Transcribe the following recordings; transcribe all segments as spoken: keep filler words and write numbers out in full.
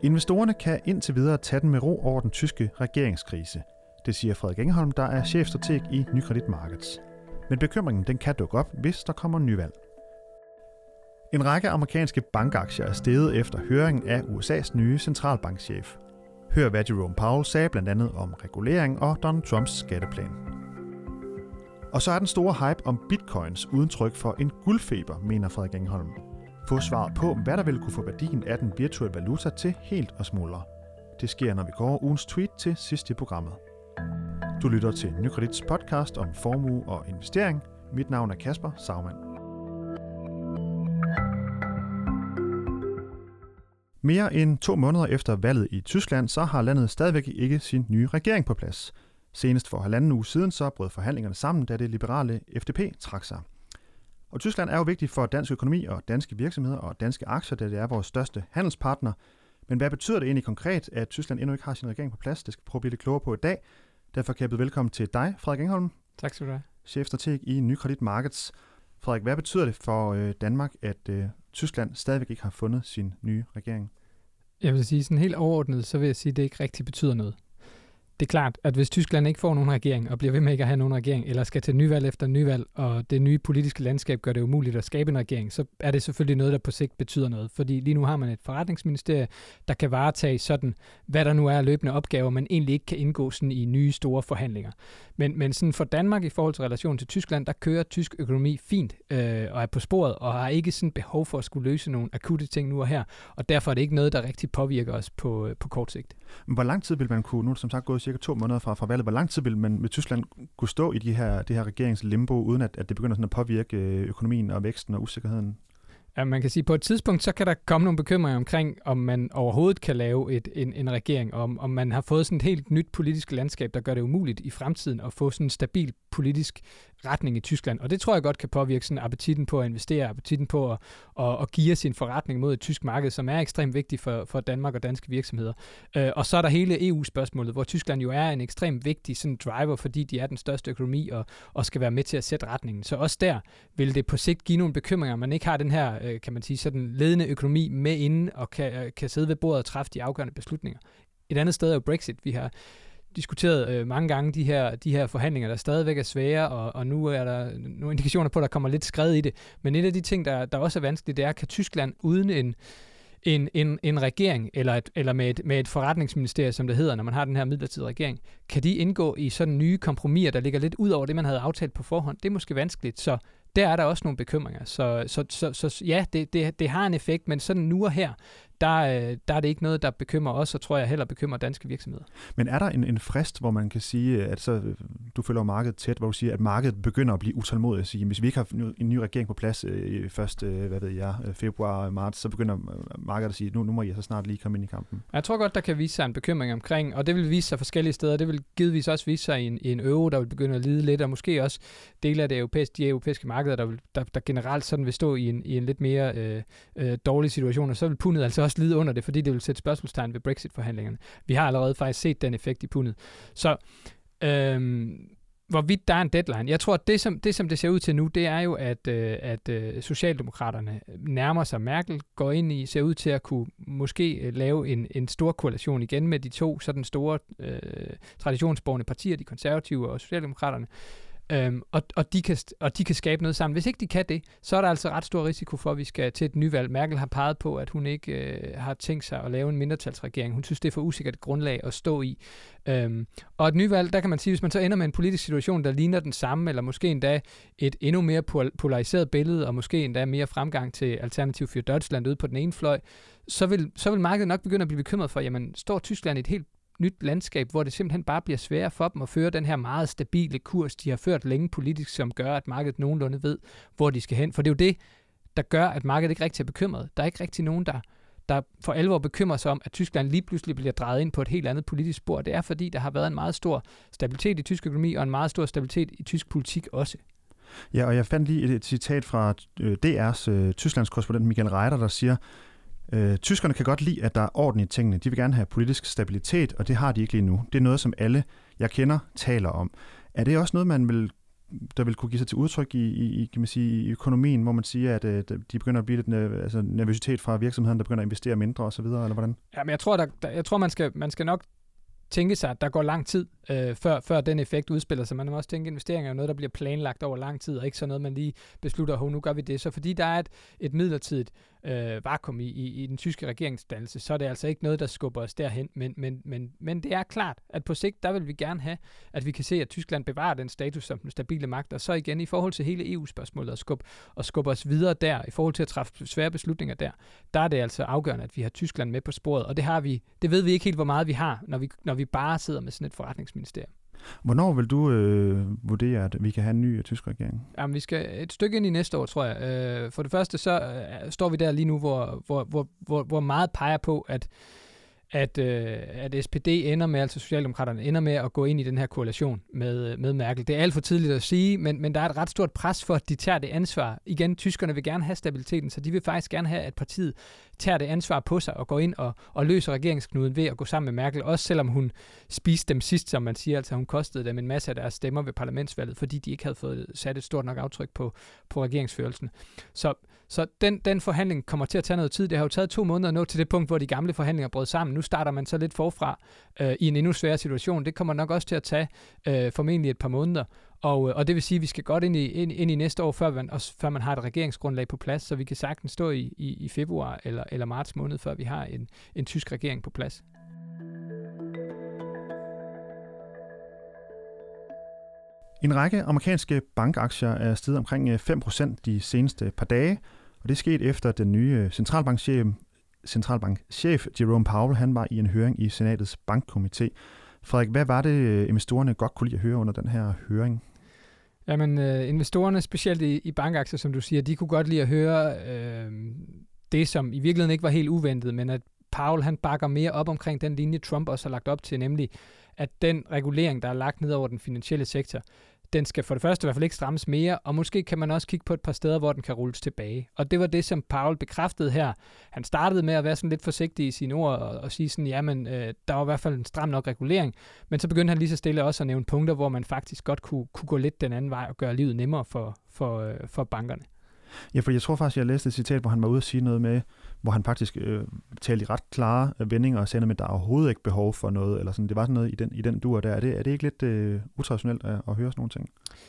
Investorerne kan indtil videre tage den med ro over den tyske regeringskrise. Det siger Frederik Engholm, der er chefstrateg i Nykredit Markets. Men bekymringen den kan dukke op, hvis der kommer nyvalg. En række amerikanske bankaktier er steget efter høringen af U S A's nye centralbankchef. Hør hvad Jerome Powell sagde blandt andet om regulering og Donald Trumps skatteplan. Og så er den store hype om bitcoins uden tryk for en guldfeber, mener Frederik Engholm. Få svaret på, hvad der vil kunne få værdien af den virtuelle valuta til helt at smuldre. Det sker, når vi går ugens tweet til sidst i programmet. Du lytter til Nykredits podcast om formue og investering. Mit navn er Kasper Sagmann. Mere end to måneder efter valget i Tyskland, så har landet stadigvæk ikke sin nye regering på plads. Senest for halvanden uge siden, så brød forhandlingerne sammen, da det liberale F D P trak sig. Og Tyskland er jo vigtigt for dansk økonomi og danske virksomheder og danske aktier, da det er vores største handelspartner. Men hvad betyder det egentlig konkret, at Tyskland endnu ikke har sin regering på plads? Det skal vi prøve at blive lidt klogere på i dag. Derfor kan jeg byde velkommen til dig, Frederik Engholm. Tak skal du have. Chefstrateg i Nykredit Markets. Frederik, hvad betyder det for Danmark, at Tyskland stadigvæk ikke har fundet sin nye regering? Jeg vil sige sådan helt overordnet, så vil jeg sige, at det ikke rigtig betyder noget. Det er klart, at hvis Tyskland ikke får nogen regering, og bliver ved med ikke at have nogen regering, eller skal til nyvalg efter nyvalg, og det nye politiske landskab gør det umuligt at skabe en regering, så er det selvfølgelig noget, der på sigt betyder noget. Fordi lige nu har man et forretningsministerie, der kan varetage sådan, hvad der nu er løbende opgaver, man egentlig ikke kan indgå sådan i nye store forhandlinger. Men, men sådan for Danmark i forhold til relation til Tyskland, der kører tysk økonomi fint øh, og er på sporet, og har ikke sådan behov for at skulle løse nogle akutte ting nu og her, og derfor er det ikke noget, der rigtig påvirker os på, på kort sigt. Hvor lang tid vil man kunne, nu er det som sagt gået cirka to måneder fra, fra valget, hvor lang tid vil man med Tyskland kunne stå i de her, det her regeringslimbo, uden at, at det begynder sådan at påvirke økonomien og væksten og usikkerheden? Ja, man kan sige, at på et tidspunkt, så kan der komme nogle bekymringer omkring, om man overhovedet kan lave et, en, en regering, om, om man har fået sådan et helt nyt politisk landskab, der gør det umuligt i fremtiden at få sådan en stabil politisk retning i Tyskland. Og det tror jeg godt kan påvirke sådan appetitten på at investere, appetitten på at, at, at give sin forretning mod et tysk marked, som er ekstremt vigtigt for, for Danmark og danske virksomheder. Øh, og så er der hele E U-spørgsmålet, hvor Tyskland jo er en ekstremt vigtig sådan driver, fordi de er den største økonomi og, og skal være med til at sætte retningen. Så også der vil det på sigt give nogle bekymringer, man ikke har den her, kan man sige, sådan ledende økonomi med inde og kan, kan sidde ved bordet og træffe de afgørende beslutninger. Et andet sted er jo Brexit. Vi har diskuteret øh, mange gange de her, de her forhandlinger, der stadigvæk er svære, og, og nu er der nogle indikationer på, at der kommer lidt skred i det. Men et af de ting, der, der også er vanskeligt, det er, kan Tyskland uden en, en, en, en regering, eller, et, eller med, et, med et forretningsministerie, som det hedder, når man har den her midlertidige regering, kan de indgå i sådan nye kompromiser, der ligger lidt ud over det, man havde aftalt på forhånd? Det er måske vanskeligt, så der er der også nogle bekymringer. Så, så, så, så ja, det, det, det har en effekt, men sådan nu og her, der, der er det ikke noget, der bekymrer os, og tror jeg heller bekymrer danske virksomheder. Men er der en, en frist, hvor man kan sige, at så, du følger markedet tæt, hvor du siger, at markedet begynder at blive utålmodigt at sige, hvis vi ikke har en ny regering på plads øh, først, øh, hvad ved jeg, februar, marts, så begynder markedet at sige, nu, nu må I så snart lige komme ind i kampen. Jeg tror godt, der kan vise sig en bekymring omkring, og det vil vise sig forskellige steder. Det vil givetvis også vise sig i en, i en euro, der vil begynde at lide lidt, og måske også dele af det europæiske, de europæiske markeder, der, vil, der, der generelt sådan vil stå i en, i en lidt mere øh, øh, dårlig situation, og så vil pundet altså også lide under det, fordi det vil sætte spørgsmålstegn ved Brexit-forhandlingerne. Vi har allerede faktisk set den effekt i pundet. Så øhm, hvorvidt der er en deadline. Jeg tror, at det som det, som det ser ud til nu, det er jo, at, øh, at øh, Socialdemokraterne nærmer sig Merkel, går ind i, ser ud til at kunne måske øh, lave en, en stor koalition igen med de to sådan store øh, traditionsborgende partier, de konservative og Socialdemokraterne. Øhm, og, og, de kan, og de kan skabe noget sammen. Hvis ikke de kan det, så er der altså ret stor risiko for, at vi skal til et nyvalg. Merkel har peget på, at hun ikke øh, har tænkt sig at lave en mindretalsregering. Hun synes, det er for usikkert grundlag at stå i. Øhm, og et nyvalg, der kan man sige, hvis man så ender med en politisk situation, der ligner den samme, eller måske endda et endnu mere polariseret billede, og måske endda mere fremgang til Alternativ for Deutschland ude på den ene fløj, så vil, så vil markedet nok begynde at blive bekymret for, jamen står Tyskland i et helt nyt landskab, hvor det simpelthen bare bliver sværere for dem at føre den her meget stabile kurs, de har ført længe politisk, som gør, at markedet nogenlunde ved, hvor de skal hen. For det er jo det, der gør, at markedet ikke rigtig er bekymret. Der er ikke rigtig nogen, der, der for alvor bekymrer sig om, at Tyskland lige pludselig bliver drejet ind på et helt andet politisk spor. Det er, fordi der har været en meget stor stabilitet i tysk økonomi, og en meget stor stabilitet i tysk politik også. Ja, og jeg fandt lige et citat fra D R's uh, Tysklands korrespondent Michael Reiter, der siger, Øh, tyskerne kan godt lide, at der er orden i tingene. De vil gerne have politisk stabilitet, og det har de ikke lige nu. Det er noget, som alle, jeg kender, taler om. Er det også noget, man vil der vil kunne give sig til udtryk i, i, kan man sige, i økonomien, hvor man siger, at øh, de begynder at blive lidt altså, nervøsitet fra virksomheden, der begynder at investere mindre osv., eller hvordan? Ja, men jeg tror, der, der, jeg tror man, skal, man skal nok tænke sig, at der går lang tid, øh, før, før den effekt udspiller sig. Man må også tænke, at investeringer er noget, der bliver planlagt over lang tid, og ikke sådan noget, man lige beslutter, at nu gør vi det. Så fordi der er et, et midlertidigt øh, vakuum i, i, i den tyske regeringsdannelse, så er det altså ikke noget, der skubber os derhen. Men, men, men, men det er klart, at på sigt, der vil vi gerne have, at vi kan se, at Tyskland bevarer den status som den stabile magt, og så igen i forhold til hele E U-spørgsmålet, og skubbe og skub os videre der, i forhold til at træffe svære beslutninger der, der er det altså afgørende, at vi har Tyskland med på sporet, og det har vi, det ved vi ikke helt, hvor meget vi har, når vi, når vi bare sidder med sådan et forretningsministerium. Hvornår vil du øh, vurdere, at vi kan have en ny tysk regering? Jamen, vi skal et stykke ind i næste år, tror jeg. Øh, for det første, så øh, står vi der lige nu, hvor, hvor, hvor, hvor, hvor meget peger på, at at, øh, at S P D ender med, altså Socialdemokraterne ender med at gå ind i den her koalition med, med Merkel. Det er alt for tidligt at sige, men, men der er et ret stort pres for, at de tager det ansvar. Igen, tyskerne vil gerne have stabiliteten, så de vil faktisk gerne have, at partiet tager det ansvar på sig og går ind og, og løser regeringsknuden ved at gå sammen med Merkel, også selvom hun spiste dem sidst, som man siger, altså hun kostede dem en masse af deres stemmer ved parlamentsvalget, fordi de ikke havde fået sat et stort nok aftryk på, på regeringsførelsen. Så, så den, den forhandling kommer til at tage noget tid. Det har jo taget to måneder at nå til det punkt, hvor de gamle forhandlinger brød sammen. Nu starter man så lidt forfra øh, i en endnu sværere situation. Det kommer nok også til at tage øh, formentlig et par måneder. Og, og det vil sige, at vi skal godt ind i, ind, ind i næste år, før man, også, før man har et regeringsgrundlag på plads, så vi kan sagtens stå i, i, i februar eller, eller marts måned, før vi har en, en tysk regering på plads. En række amerikanske bankaktier er steget omkring fem procent de seneste par dage, og det skete efter den nye centralbankchef, centralbankchef Jerome Powell, han var i en høring i Senatets bankkomité. Frederik, hvad var det, investorerne godt kunne lide at høre under den her høring? Jamen, øh, investorerne, specielt i, i bankaktier, som du siger, de kunne godt lide at høre øh, det, som i virkeligheden ikke var helt uventet, men at Powell, han bakker mere op omkring den linje, Trump også har lagt op til, nemlig at den regulering, der er lagt ned over den finansielle sektor, den skal for det første i hvert fald ikke strammes mere, og måske kan man også kigge på et par steder, hvor den kan rulles tilbage. Og det var det, som Powell bekræftede her. Han startede med at være sådan lidt forsigtig i sine ord og, og sige sådan, jamen, øh, der var i hvert fald en stram nok regulering, men så begyndte han lige så stille også at nævne punkter, hvor man faktisk godt kunne, kunne gå lidt den anden vej og gøre livet nemmere for, for, øh, for bankerne. Ja, for jeg tror faktisk, jeg læste et citat, hvor han var ude at sige noget med, hvor han faktisk øh, talte i ret klare vendinger og sagde, at der er overhovedet ikke behov for noget, eller sådan. Det var sådan noget i den, i den dur der. Er det, er det ikke lidt øh, utraditionelt at, at høre sådan nogle ting?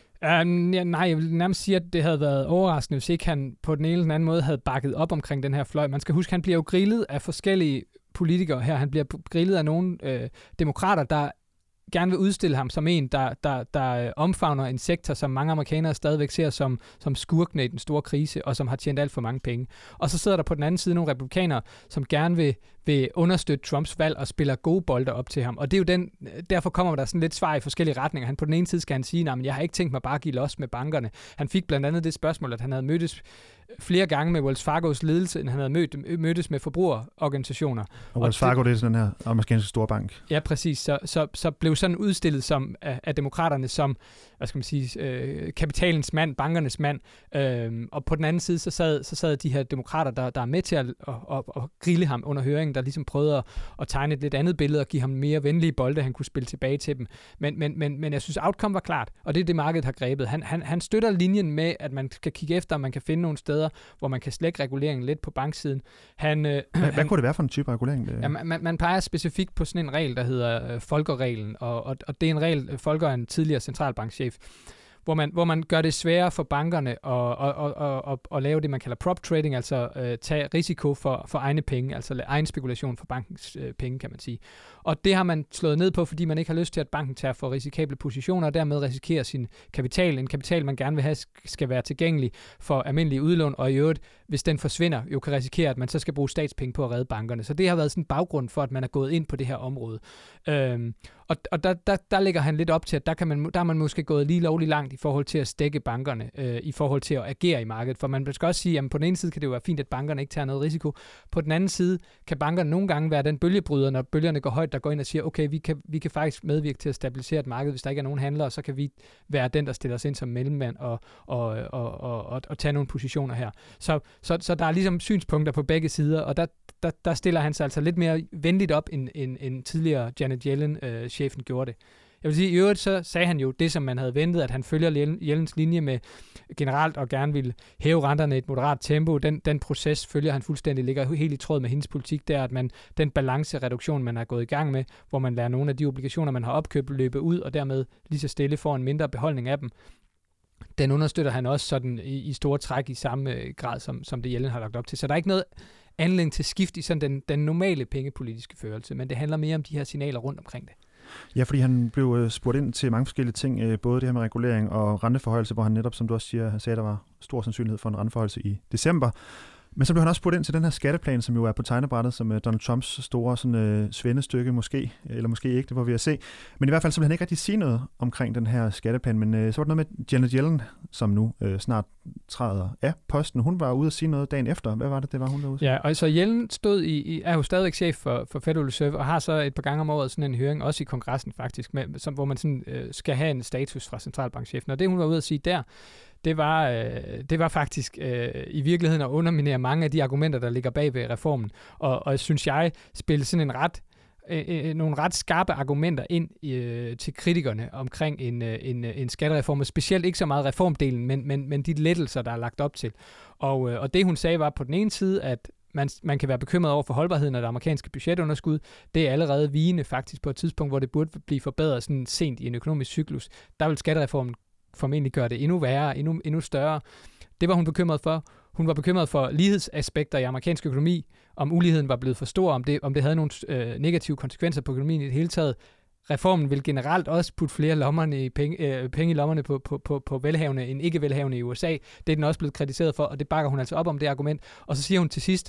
Uh, ja, nej, jeg vil nærmest sige, at det havde været overraskende, hvis ikke han på den ene eller den anden måde havde bakket op omkring den her fløj. Man skal huske, han bliver jo grillet af forskellige politikere her. Han bliver grillet af nogle øh, demokrater, der gerne vil udstille ham som en, der, der, der omfavner en sektor, som mange amerikanere stadigvæk ser som, som skurkene i den store krise, og som har tjent alt for mange penge. Og så sidder der på den anden side nogle republikanere, som gerne vil, vil understøtte Trumps valg og spiller gode bolde op til ham. Og det er jo den, derfor kommer der sådan lidt svar i forskellige retninger. Han på den ene side skal han sige, at jeg har ikke tænkt mig bare at give los med bankerne. Han fik blandt andet det spørgsmål, at han havde mødtes flere gange med Wells Fargos ledelse, end han havde mødt, mødtes med forbrugerorganisationer. Og Wells Fargo, det er sådan den her amerikanske store bank. Ja, præcis. Så, så, så blev sådan udstillet som, af, af demokraterne som, hvad skal man sige, øh, kapitalens mand, bankernes mand. Øh, og på den anden side, så sad, så sad de her demokrater, der, der er med til at, at, at, at grille ham under høringen, der ligesom prøvede at, at tegne et lidt andet billede og give ham mere venlige bolde, han kunne spille tilbage til dem. Men, men, men, men jeg synes, outcome var klart, og det er det, markedet har grebet. Han, han, han støtter linjen med, at man skal kigge efter, om man kan finde nogle steder, hvor man kan slække reguleringen lidt på banksiden. Han, øh, hvad, han, hvad kunne det være for en type regulering? Ja, man, man peger specifikt på sådan en regel, der hedder øh, Folker-reglen, og, og, og det er en regel, Folker er en tidligere centralbankchef, hvor man, hvor man gør det sværere for bankerne at, at, at, at, at, at lave det, man kalder prop trading, altså øh, tage risiko for, for egne penge, altså egen spekulation for bankens øh, penge, kan man sige. Og det har man slået ned på, fordi man ikke har lyst til, at banken tager for risikable positioner, og dermed risikerer sin kapital. En kapital, man gerne vil have, skal være tilgængelig for almindelige udlån, og i øvrigt, hvis den forsvinder, jo kan risikere, at man så skal bruge statspenge på at redde bankerne. Så det har været sådan en baggrund for, at man er gået ind på det her område. Øhm, og og der, der, der ligger han lidt op til, at der, kan man, der er man måske gået lige lovligt langt i forhold til at stække bankerne, øh, i forhold til at agere i markedet. For man skal også sige, at på den ene side kan det jo være fint, at bankerne ikke tager noget risiko. På den anden side kan bankerne nogle gange være den bølgebryder, når bølgerne går højt, der går ind og siger, okay, vi kan, vi kan faktisk medvirke til at stabilisere et marked, hvis der ikke er nogen handlere, så kan vi være den, der stiller os ind som mellemmand og, og, og, og, og, og tage nogle positioner her. Så, så, så der er ligesom synspunkter på begge sider, og der, der, der stiller han sig altså lidt mere venligt op, end, end, end tidligere Janet Yellen, øh, chefen, gjorde det. Jeg vil sige, i øvrigt så sagde han jo det, som man havde ventet, at han følger Yellens linje med generelt og gerne vil hæve renterne i et moderat tempo. Den, den proces følger han fuldstændig, ligger helt i tråd med hendes politik, der at man, den balancereduktion, man er gået i gang med, hvor man lader nogle af de obligationer, man har opkøbt, løbe ud, og dermed lige så stille får en mindre beholdning af dem. Den understøtter han også sådan i, i store træk i samme øh, grad, som, som det Yellen har lagt op til. Så der er ikke noget anledning til skift i sådan den, den normale pengepolitiske førelse, men det handler mere om de her signaler rundt omkring det. Ja, fordi han blev spurgt ind til mange forskellige ting, både det her med regulering og renteforhøjelse, hvor han netop, som du også siger, han sagde, der var stor sandsynlighed for en renteforhøjelse i december. Men så blev han også spurgt ind til den her skatteplan, som jo er på tegnebrættet, som Donald Trumps store sådan, uh, svendestykke måske, eller måske ikke, det var vi at se. Men i hvert fald så ville han ikke rigtig sige noget omkring den her skatteplan. Men uh, så var det noget med Janet Yellen, som nu uh, snart træder af posten. Hun var ude at sige noget dagen efter. Hvad var det, det var hun derude? Ja, og så Yellen stod i, i, er jo stadigvæk chef for, for Federal Reserve, og har så et par gange om året sådan en høring, også i kongressen faktisk, med, som, hvor man sådan, uh, skal have en status fra centralbankchefen. Og det, hun var ude at sige der, Det var, øh, det var faktisk øh, i virkeligheden at underminere mange af de argumenter, der ligger bag ved reformen. Og, og synes jeg, spille sådan en ret, øh, nogle ret skarpe argumenter ind øh, til kritikerne omkring en, en, en skattereform, og specielt ikke så meget reformdelen, men, men, men de lettelser, der er lagt op til. Og, øh, og det hun sagde var på den ene side, at man, man kan være bekymret over for holdbarheden af det amerikanske budgetunderskud. Det er allerede vigende faktisk på et tidspunkt, hvor det burde blive forbedret sådan sent i en økonomisk cyklus. Der vil skattereformen formentlig gøre det endnu værre, endnu, endnu større. Det var hun bekymret for. Hun var bekymret for lighedsaspekter i amerikansk økonomi, om uligheden var blevet for stor, om det, om det havde nogle øh, negative konsekvenser på økonomien i det hele taget. Reformen vil generelt også putte flere lommerne i penge, øh, penge i lommerne på, på, på, på velhavende end ikke velhavende i U S A. Det er den også blevet kritiseret for, og det bakker hun altså op om det argument. Og så siger hun til sidst,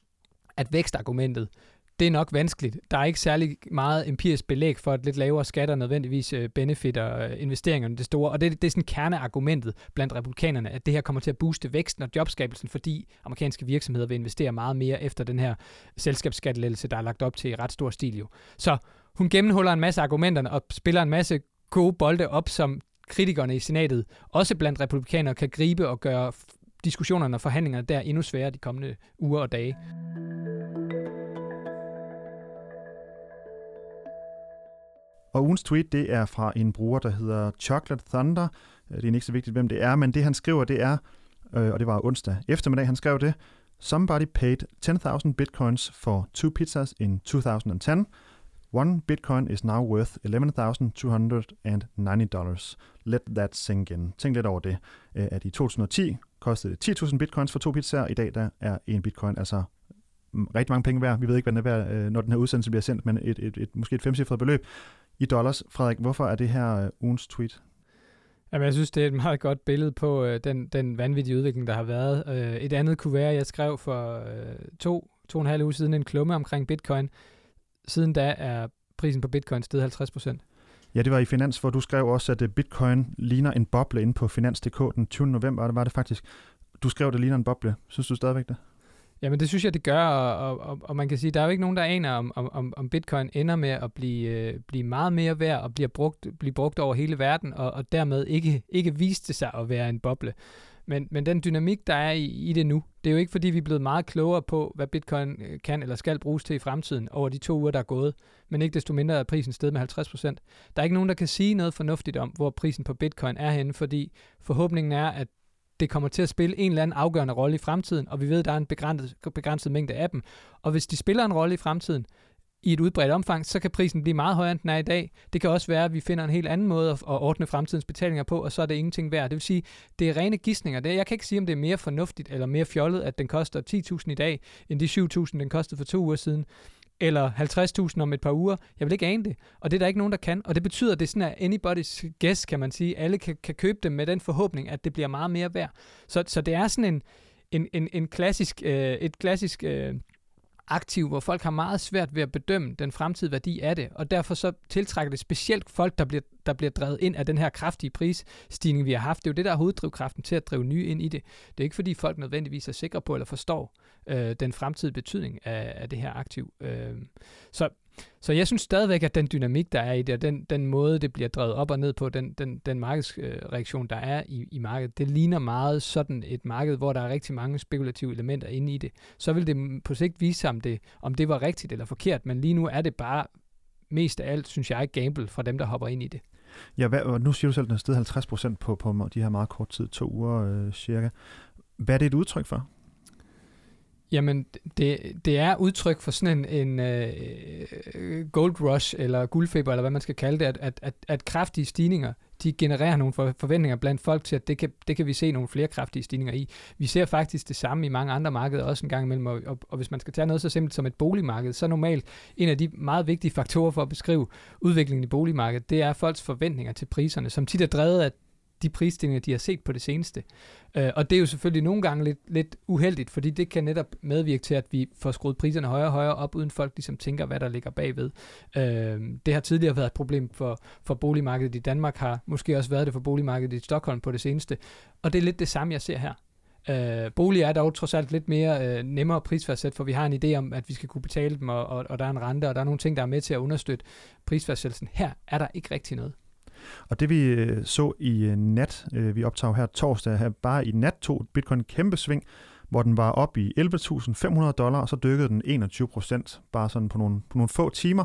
at vækstargumentet, det er nok vanskeligt. Der er ikke særlig meget empirisk belæg for, at lidt lavere skatter nødvendigvis benefitter investeringerne det store. Og det, det er sådan kerneargumentet blandt republikanerne, at det her kommer til at booste væksten og jobskabelsen, fordi amerikanske virksomheder vil investere meget mere efter den her selskabsskattelettelse, der er lagt op til i ret stor stil jo. Så hun gennemhuller en masse argumenterne og spiller en masse gode bolde op, som kritikerne i senatet, også blandt republikanere, kan gribe og gøre diskussionerne og forhandlingerne der endnu sværere de kommende uger og dage. Og ugens tweet, det er fra en bruger, der hedder Chocolate Thunder. Det er ikke så vigtigt, hvem det er, men det han skriver, det er, øh, og det var onsdag eftermiddag, han skrev det, Somebody paid ten thousand bitcoins for two pizzas in two thousand ten. One bitcoin is now worth eleven thousand two hundred ninety dollars. Let that sink in. Tænk lidt over det. At i to tusind og ti kostede det ti tusind bitcoins for to pizzaer. I dag der er en bitcoin altså rigtig mange penge værd. Vi ved ikke, hvad den er værd, når den her udsendelse bliver sendt, men et, et, et, måske et femcifret beløb i dollars. Frederik, hvorfor er det her ugens tweet? Jamen, jeg synes, det er et meget godt billede på øh, den, den vanvittige udvikling, der har været. Øh, et andet kunne være, at jeg skrev for øh, to, to og en halv uge siden en klumme omkring bitcoin. Siden da er prisen på bitcoin steget halvtreds procent. Ja, det var i Finans, hvor du skrev også, at bitcoin ligner en boble inde på finans punktum d k den tyvende november, det var det faktisk. Du skrev, at det ligner en boble. Synes du stadigvæk det? Jamen det synes jeg, det gør, og, og, og man kan sige, der er jo ikke nogen, der aner, om, om, om bitcoin ender med at blive, øh, blive meget mere værd og bliver brugt, blive brugt over hele verden, og, og dermed ikke, ikke viste sig at være en boble. Men, men den dynamik, der er i, i det nu, det er jo ikke fordi, vi er blevet meget klogere på, hvad bitcoin kan eller skal bruges til i fremtiden over de to uger, der er gået, men ikke desto mindre er prisen steget med halvtreds procent. Der er ikke nogen, der kan sige noget fornuftigt om, hvor prisen på bitcoin er henne, fordi forhåbningen er, at det kommer til at spille en eller anden afgørende rolle i fremtiden, og vi ved, at der er en begrænset, begrænset mængde af dem. Og hvis de spiller en rolle i fremtiden, i et udbredt omfang, så kan prisen blive meget højere, end den er i dag. Det kan også være, at vi finder en helt anden måde at ordne fremtidens betalinger på, og så er det ingenting værd. Det vil sige, det er rene gidsninger. Jeg kan ikke sige, om det er mere fornuftigt eller mere fjollet, at den koster ti tusind i dag, end de syv tusind, den kostede for to uger siden, eller halvtreds tusind om et par uger. Jeg vil ikke ane det, og det er der ikke nogen, der kan. Og det betyder, at det er sådan, at anybody's guess, kan man sige. Alle kan, kan købe dem med den forhåbning, at det bliver meget mere værd. Så, så det er sådan en, en, en, en klassisk, øh, et klassisk øh, aktiv, hvor folk har meget svært ved at bedømme den fremtidige værdi af det, og derfor så tiltrækker det specielt folk, der bliver, der bliver drevet ind af den her kraftige prisstigning, vi har haft. Det er jo det, der er hoveddrivkraften til at drive nye ind i det. Det er ikke, fordi folk nødvendigvis er sikre på eller forstår øh, den fremtidige betydning af, af det her aktiv. Øh, så, så jeg synes stadigvæk, at den dynamik, der er i det, og den, den måde, det bliver drevet op og ned på, den, den, den markedsreaktion, der er i, i markedet, det ligner meget sådan et marked, hvor der er rigtig mange spekulative elementer inde i det. Så vil det på sigt vise sig, om det, om det var rigtigt eller forkert, men lige nu er det bare mest af alt, synes jeg, gamble fra dem, der hopper ind i det. Ja, hvad, nu siger du selv, at den er steget halvtreds procent på, på de her meget kort tid, to uger øh, cirka. Hvad er det et udtryk for? Jamen, det, det er udtryk for sådan en, en uh, gold rush, eller guldfeber, eller hvad man skal kalde det, at, at, at, at kraftige stigninger, de genererer nogle forventninger blandt folk til, at det kan, det kan vi se nogle flere kraftige stigninger i. Vi ser faktisk det samme i mange andre markeder også en gang imellem, og, og, og hvis man skal tage noget så simpelt som et boligmarked, så normalt en af de meget vigtige faktorer for at beskrive udviklingen i boligmarkedet, det er folks forventninger til priserne, som tit er drevet af de prisstigninger, de har set på det seneste. Uh, og det er jo selvfølgelig nogle gange lidt, lidt uheldigt, fordi det kan netop medvirke til, at vi får skruet priserne højere og højere op, uden folk ligesom tænker, hvad der ligger bagved. Uh, det har tidligere været et problem for, for boligmarkedet i Danmark, har måske også været det for boligmarkedet i Stockholm på det seneste. Og det er lidt det samme, jeg ser her. Uh, boliger er dog trods alt lidt mere uh, nemmere prisfastsat, for vi har en idé om, at vi skal kunne betale dem, og, og, og der er en rente, og der er nogle ting, der er med til at understøtte prisfastsættelsen. Her er der ikke rigtig noget. Og det vi så i nat, vi optager her torsdag, her bare i nat tog Bitcoin en kæmpe sving, hvor den var op i elleve tusind fem hundrede dollar, og så dykkede den enogtyve procent, bare sådan på nogle, på nogle få timer.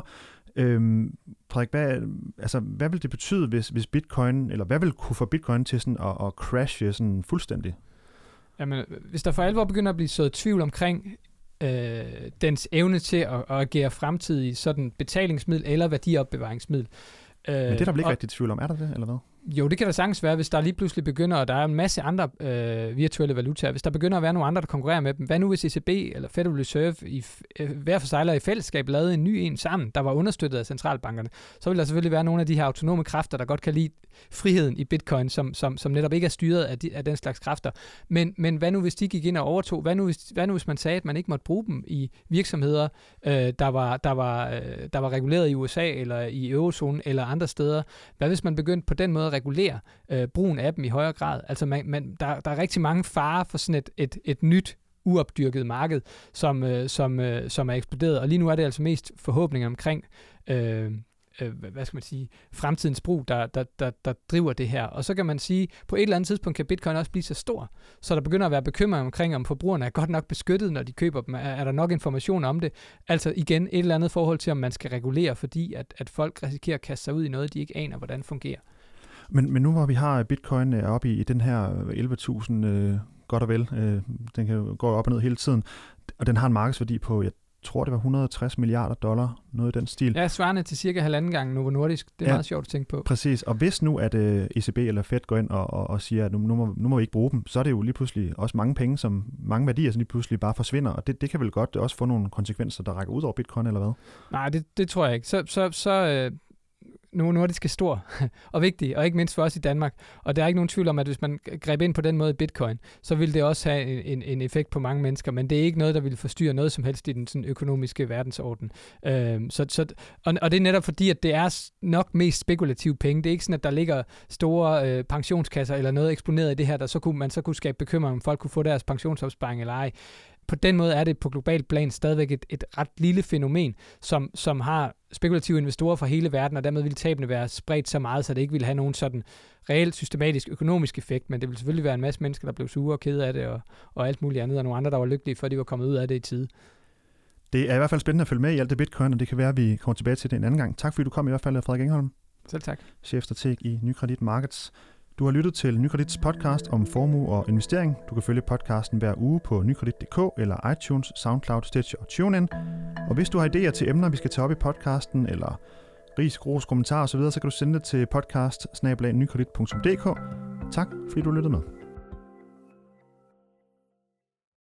Øhm, Frederik, hvad, altså, hvad vil det betyde, hvis, hvis Bitcoin, eller hvad vil kunne få Bitcoin til sådan at, at crashe sådan fuldstændig? Jamen, hvis der for alvor begynder at blive sået tvivl omkring øh, dens evne til at, at agere fremtidig sådan betalingsmiddel eller værdiopbevaringsmiddel. Men det er der vel ikke og, rigtig tvivl om, er der det, eller hvad? Jo, det kan der sagtens være, hvis der lige pludselig begynder, og der er en masse andre øh, virtuelle valutaer, hvis der begynder at være nogle andre, der konkurrerer med dem. Hvad nu hvis E C B eller Federal Reserve i, øh, hver for sig eller i fællesskab lavede en ny en sammen, der var understøttet af centralbankerne? Så vil der selvfølgelig være nogle af de her autonome kræfter, der godt kan lide friheden i Bitcoin, som, som, som netop ikke er styret af, de, af den slags kræfter. Men, men hvad nu hvis de gik ind og overtog? Hvad nu hvis, hvad nu hvis man sagde, at man ikke måtte bruge dem i virksomheder, øh, der, var, der, var, øh, der var reguleret i U S A eller i eurozonen eller andre steder? Hvad hvis man begyndte på den måde at regulere øh, brugen af dem i højere grad? Altså man, man, der, der er rigtig mange farer for sådan et, et, et nyt uopdyrket marked, som, øh, som, øh, som er eksploderet, og lige nu er det altså mest forhåbninger omkring øh, øh, hvad skal man sige, fremtidens brug, der, der, der, der driver det her. Og så kan man sige, på et eller andet tidspunkt kan Bitcoin også blive så stor, så der begynder at være bekymring omkring, om forbrugerne er godt nok beskyttet, når de køber dem. Er, er der nok information om det? Altså igen, et eller andet forhold til, om man skal regulere, fordi at, at folk risikerer at kaste sig ud i noget, de ikke aner, hvordan fungerer. Men, men nu hvor vi har Bitcoin oppe i, i den her elleve tusind, øh, godt og vel, øh, den kan gå op og ned hele tiden, og den har en markedsværdi på, jeg tror det var et hundrede og tres milliarder dollar, noget i den stil. Ja, svarende til cirka halvanden gang Novo Nordisk. Det er ja, meget sjovt at tænke på. Præcis, og hvis nu at øh, E C B eller Fed går ind og, og, og siger, at nu, nu, må, nu må vi ikke bruge dem, så er det jo lige pludselig også mange penge, som mange værdier, som lige pludselig bare forsvinder, og det, det kan vel godt også få nogle konsekvenser, der rækker ud over Bitcoin, eller hvad? Nej, det, det tror jeg ikke. Så, så, så øh Novo Nordisk er stor og vigtig, og ikke mindst for os i Danmark. Og der er ikke nogen tvivl om, at hvis man greb ind på den måde i Bitcoin, så vil det også have en, en, en effekt på mange mennesker, men det er ikke noget, der vil forstyrre noget som helst i den sådan, økonomiske verdensorden. Øhm, så, så, og, og det er netop fordi, at det er nok mest spekulative penge. Det er ikke sådan, at der ligger store øh, pensionskasser eller noget eksponeret i det her, der så kunne man så kunne skabe bekymring, om folk kunne få deres pensionsopsparing eller ej. På den måde er det på globalt plan stadigvæk et, et ret lille fænomen, som, som har spekulative investorer fra hele verden, og dermed vil tabene være spredt så meget, så det ikke vil have nogen sådan reelt systematisk økonomisk effekt, men det vil selvfølgelig være en masse mennesker, der blev sure og kede af det, og, og alt muligt andet, og nogle andre, der var lykkelige, for de var kommet ud af det i tide. Det er i hvert fald spændende at følge med i alt det Bitcoin, og det kan være, at vi kommer tilbage til det en anden gang. Tak fordi du kom i hvert fald, Frederik Engholm. Selv tak. Chefstrateg i Nykredit Markets. Du har lyttet til Nykredits podcast om formue og investering. Du kan følge podcasten hver uge på nykredit punktum d k eller iTunes, SoundCloud, Stitcher og TuneIn. Og hvis du har idéer til emner, vi skal tage op i podcasten, eller ris, ros, kommentarer osv., så kan du sende det til podcast snabel-a nykredit punktum d k. Tak fordi du lyttede med.